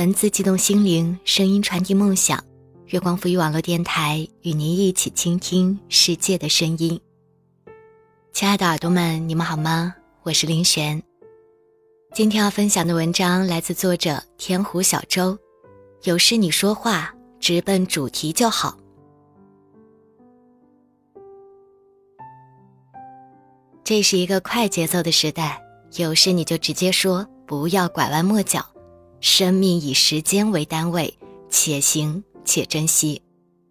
文字激动心灵，声音传递梦想。月光赋予网络电台与您一起倾听世界的声音。亲爱的耳朵们，你们好吗？我是林璇。今天要分享的文章来自作者天湖小周。有事你说话，直奔主题就好。这是一个快节奏的时代，有事你就直接说，不要拐弯抹角。生命以时间为单位，且行且珍惜。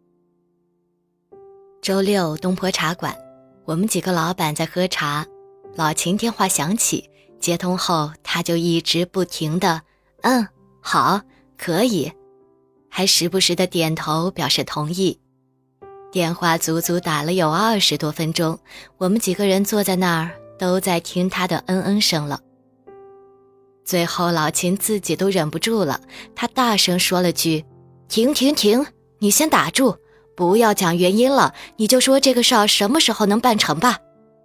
周六东坡茶馆，我们几个老板在喝茶，老秦电话响起，接通后他就一直不停地好，可以，还时不时地点头表示同意。电话足足打了有20多分钟，我们几个人坐在那儿都在听他的声了。最后老秦自己都忍不住了，他大声说了句：停，你先打住，不要讲原因了，你就说这个事儿什么时候能办成吧。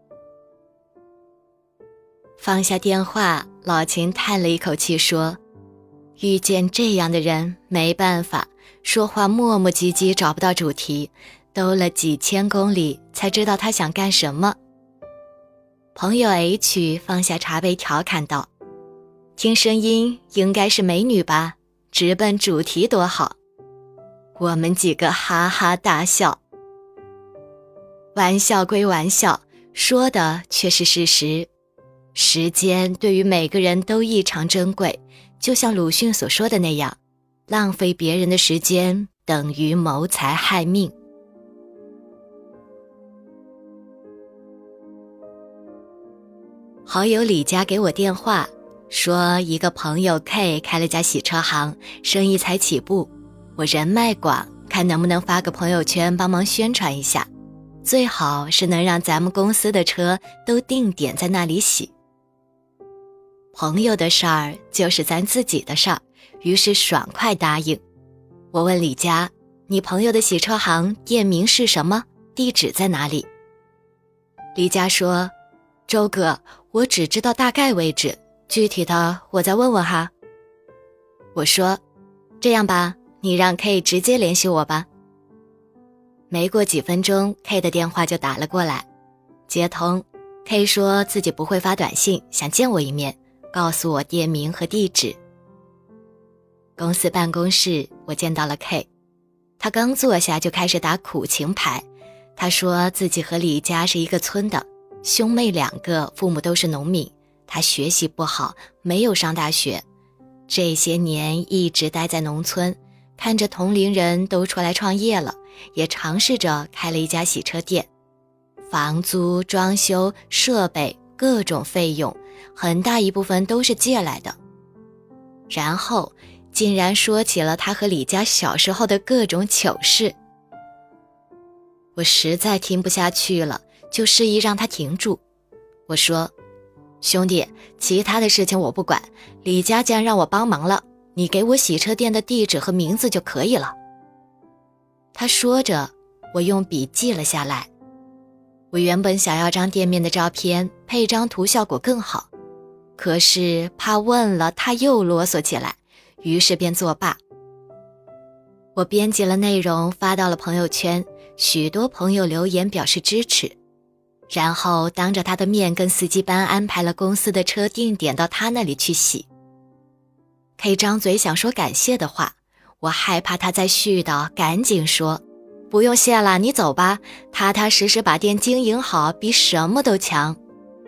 放下电话，老秦叹了一口气说：遇见这样的人没办法，说话磨磨唧唧，找不到主题，兜了几千公里才知道他想干什么。朋友 H 放下茶杯调侃道：听声音应该是美女吧，直奔主题多好。我们几个哈哈大笑。玩笑归玩笑，说的却是事实。时间对于每个人都异常珍贵，就像鲁迅所说的那样，浪费别人的时间等于谋财害命。好友李佳给我电话说，一个朋友 K 开了家洗车行，生意才起步，我人脉广，看能不能发个朋友圈帮忙宣传一下，最好是能让咱们公司的车都定点在那里洗。朋友的事儿就是咱自己的事儿，于是爽快答应。我问李佳，你朋友的洗车行店名是什么？地址在哪里？李佳说，周哥，我只知道大概位置，具体的我再问问哈。我说，这样吧，你让 K 直接联系我吧。没过几分钟 K 的电话就打了过来，接通， K 说自己不会发短信，想见我一面，告诉我店名和地址。公司办公室我见到了 K， 他刚坐下就开始打苦情牌。他说自己和李佳是一个村的，兄妹2个，父母都是农民，他学习不好，没有上大学，这些年一直待在农村，看着同龄人都出来创业了，也尝试着开了一家洗车店，房租、装修、设备各种费用很大一部分都是借来的。然后竟然说起了他和李佳小时候的各种糗事。我实在听不下去了，就示意让他停住。我说，兄弟，其他的事情我不管，李佳既然让我帮忙了，你给我洗车店的地址和名字就可以了。他说着，我用笔记了下来。我原本想要张店面的照片，配张图效果更好，可是怕问了他又啰嗦起来，于是便作罢。我编辑了内容发到了朋友圈，许多朋友留言表示支持，然后当着他的面跟司机班安排了公司的车定点到他那里去洗。K 张嘴想说感谢的话，我害怕他再絮叨，赶紧说，不用谢了，你走吧，踏踏实实把店经营好比什么都强。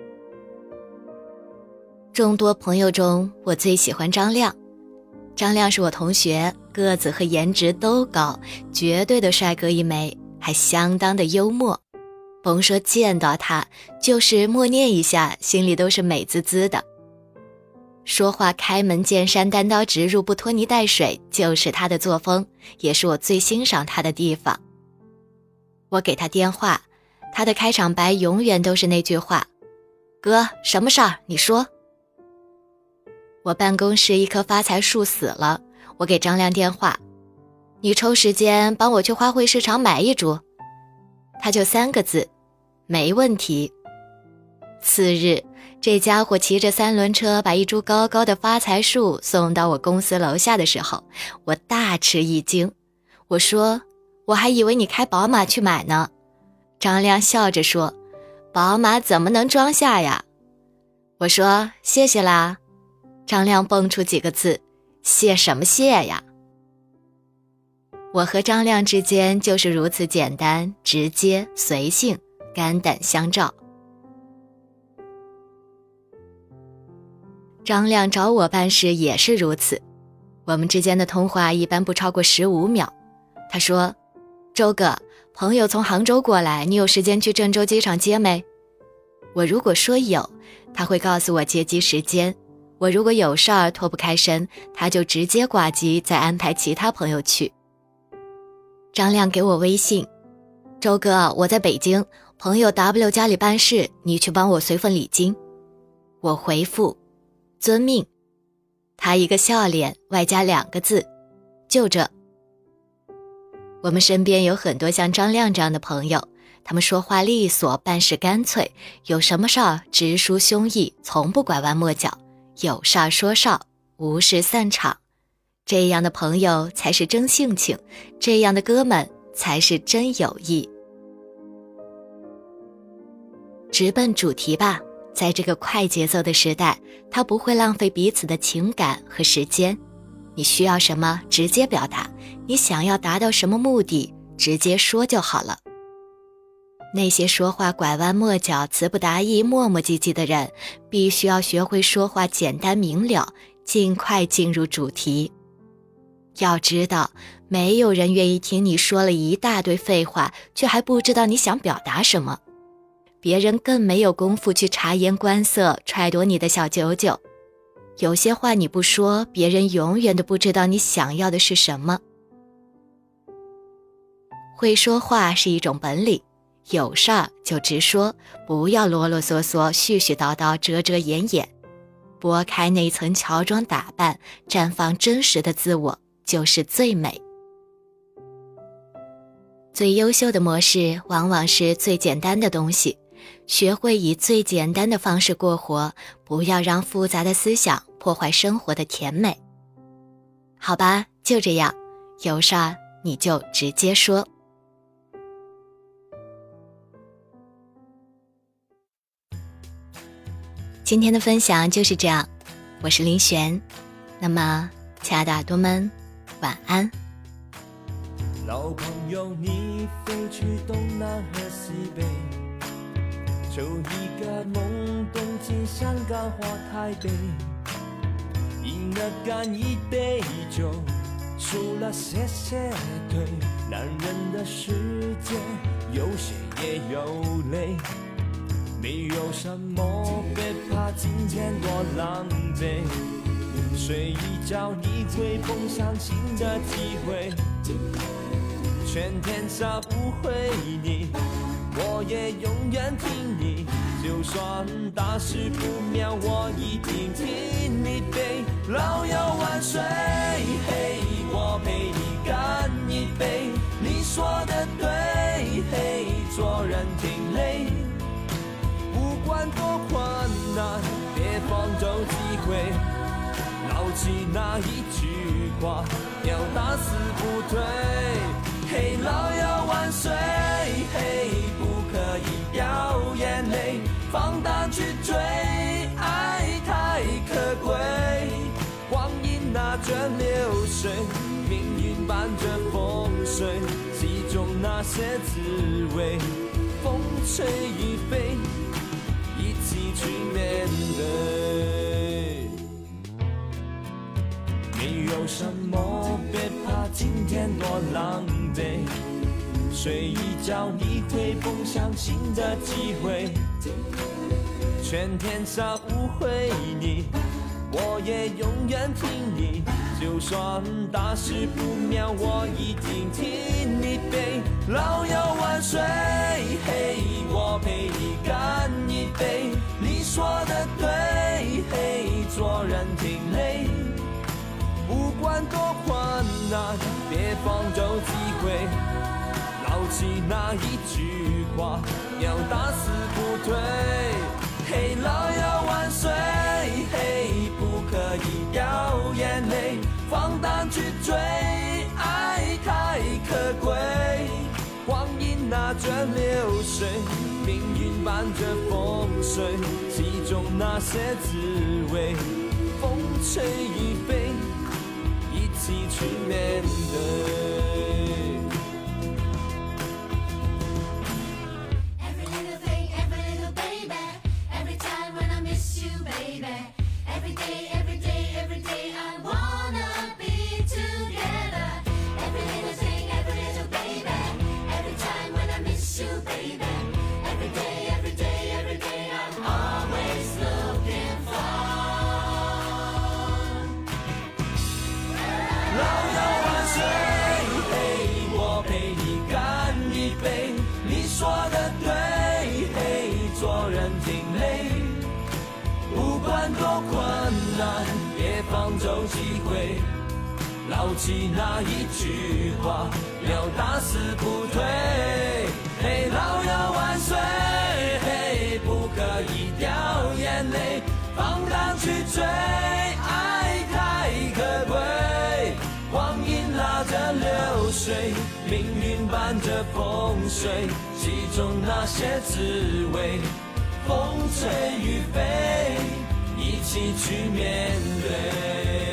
众多朋友中，我最喜欢张亮。张亮是我同学，个子和颜值都高，绝对的帅哥一枚，还相当的幽默。甭说见到他，就是默念一下，心里都是美滋滋的。说话开门见山，单刀直入，不拖泥带水，就是他的作风，也是我最欣赏他的地方。我给他电话，他的开场白永远都是那句话：哥，什么事儿？你说。我办公室一棵发财树死了，我给张亮电话，你抽时间帮我去花卉市场买一株。他就3个字，没问题。 次日，这家伙骑着3轮车把一株高高的发财树送到我公司楼下的时候，我大吃一惊。我说，我还以为你开宝马去买呢。张亮笑着说，宝马怎么能装下呀？我说，谢谢啦。张亮蹦出几个字，谢什么谢呀？我和张亮之间就是如此简单、直接、随性，肝胆相照。张亮找我办事也是如此，我们之间的通话一般不超过15秒。他说，周哥，朋友从杭州过来，你有时间去郑州机场接没？我如果说有，他会告诉我接机时间。我如果有事儿脱不开身，他就直接挂机，再安排其他朋友去。张亮给我微信，周哥，我在北京，朋友 W 家里办事，你去帮我随份礼金。我回复，遵命。他一个笑脸，外加2个字，就这。我们身边有很多像张亮这样的朋友，他们说话利索，办事干脆，有什么事儿直抒胸臆，从不拐弯抹角，有事儿说事儿，无事散场。这样的朋友才是真性情，这样的哥们才是真友谊。直奔主题吧，在这个快节奏的时代，他不会浪费彼此的情感和时间。你需要什么直接表达，你想要达到什么目的直接说就好了。那些说话拐弯抹角、词不达意、磨磨唧唧的人，必须要学会说话简单明了，尽快进入主题。要知道，没有人愿意听你说了一大堆废话，却还不知道你想表达什么。别人更没有功夫去察言观色，揣度你的小九九。有些话你不说，别人永远都不知道你想要的是什么。会说话是一种本领，有事儿就直说，不要啰啰嗦嗦、絮絮叨叨、遮遮掩掩。拨开那层乔装打扮，绽放真实的自我，就是最美。最优秀的模式往往是最简单的东西，学会以最简单的方式过活，不要让复杂的思想破坏生活的甜美。好吧，就这样，有事儿你就直接说。今天的分享就是这样，我是林璇。那么，亲爱的耳朵们，晚安。 老朋友，你飞去东南和西北，就一个懵懂进香港或台北，饮了干一杯酒，输了谢谢对，男人的世界有血也有泪，没有什么别怕今天多狼狈，睡一觉你会蹦上新的机会，全天下误会你，我也永远听你，就算大事不妙我一定听你背。老友万岁，嘿，我陪你干一杯，你说的对，嘿，做人挺累，不管多困难别放走机会，牢记那一句话，要打死不退。嘿，老友万岁，嘿，不可以掉眼泪，放胆去追，爱太可贵，光阴那卷流水，命运伴着风水，其中那些滋味，风吹雨飞，一起去面对。没有什么别怕今天多狼狈，睡一觉你会蹦上新的机会，全天下误会你，我也永远听你，就算大事不妙我一定听你背。老友万岁，嘿，我陪你干一杯，你说的对，嘿，做人挺累，不管多困难别放走机会，牢记那一句话，要打死不退。嘿， 的流水，命运伴着风水，其中那些滋味，风吹雨飞，一起去面对。说的对，做人挺累，不管多困难，别放走机会。牢记那一句话，要打死不退。嘿，老友万岁！嘿，不可以掉眼泪，放荡去追，爱太可贵。光阴拉着流水，命运伴着风水，其中那些滋味，风吹雨飞，一起去面对。